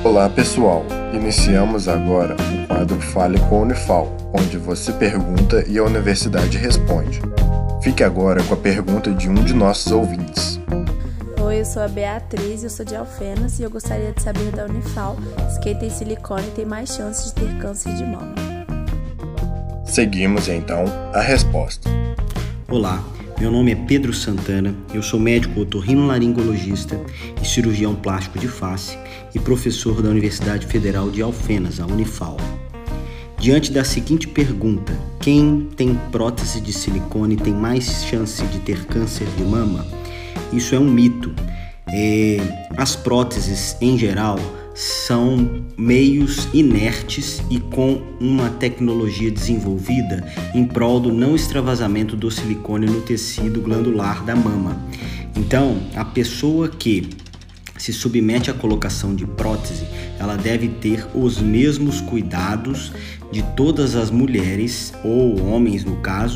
Olá pessoal, iniciamos agora o quadro Fale com a Unifal, onde você pergunta e a universidade responde. Fique agora com a pergunta de um de nossos ouvintes. Oi, eu sou a Beatriz, eu sou de Alfenas e eu gostaria de saber da Unifal se quem tem silicone tem mais chances de ter câncer de mama. Seguimos então a resposta. Olá, meu nome é Pedro Santana, eu sou médico otorrinolaringologista e cirurgião plástico de face e professor da Universidade Federal de Alfenas, a Unifal. Diante da seguinte pergunta, quem tem prótese de silicone tem mais chance de ter câncer de mama? Isso é um mito. As próteses, em geral, são meios inertes e com uma tecnologia desenvolvida em prol do não extravasamento do silicone no tecido glandular da mama. Então, a pessoa que se submete à colocação de prótese, ela deve ter os mesmos cuidados de todas as mulheres, ou homens no caso,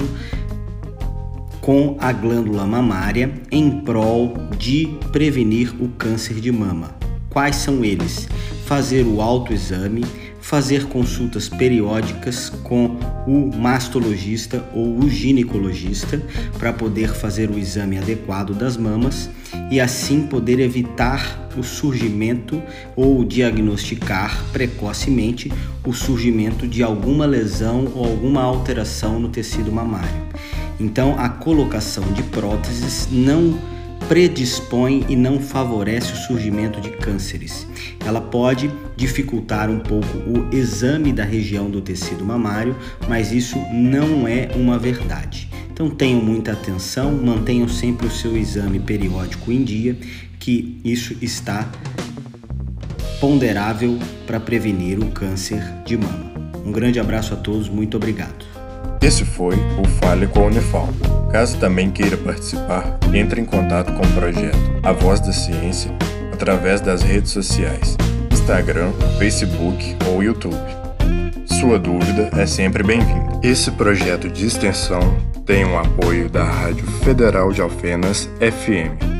com a glândula mamária em prol de prevenir o câncer de mama. Quais são eles? Fazer o autoexame, fazer consultas periódicas com o mastologista ou o ginecologista para poder fazer o exame adequado das mamas e assim poder evitar o surgimento ou diagnosticar precocemente o surgimento de alguma lesão ou alguma alteração no tecido mamário. Então, a colocação de próteses não predispõe e não favorece o surgimento de cânceres. Ela pode dificultar um pouco o exame da região do tecido mamário, mas isso não é uma verdade. Então tenham muita atenção, mantenham sempre o seu exame periódico em dia, que isso está ponderável para prevenir o câncer de mama. Um grande abraço a todos, muito obrigado. Esse foi o Fale com a Unifal. Caso também queira participar, entre em contato com o projeto A Voz da Ciência através das redes sociais, Instagram, Facebook ou YouTube. Sua dúvida é sempre bem-vinda. Esse projeto de extensão tem o apoio da Rádio Federal de Alfenas FM.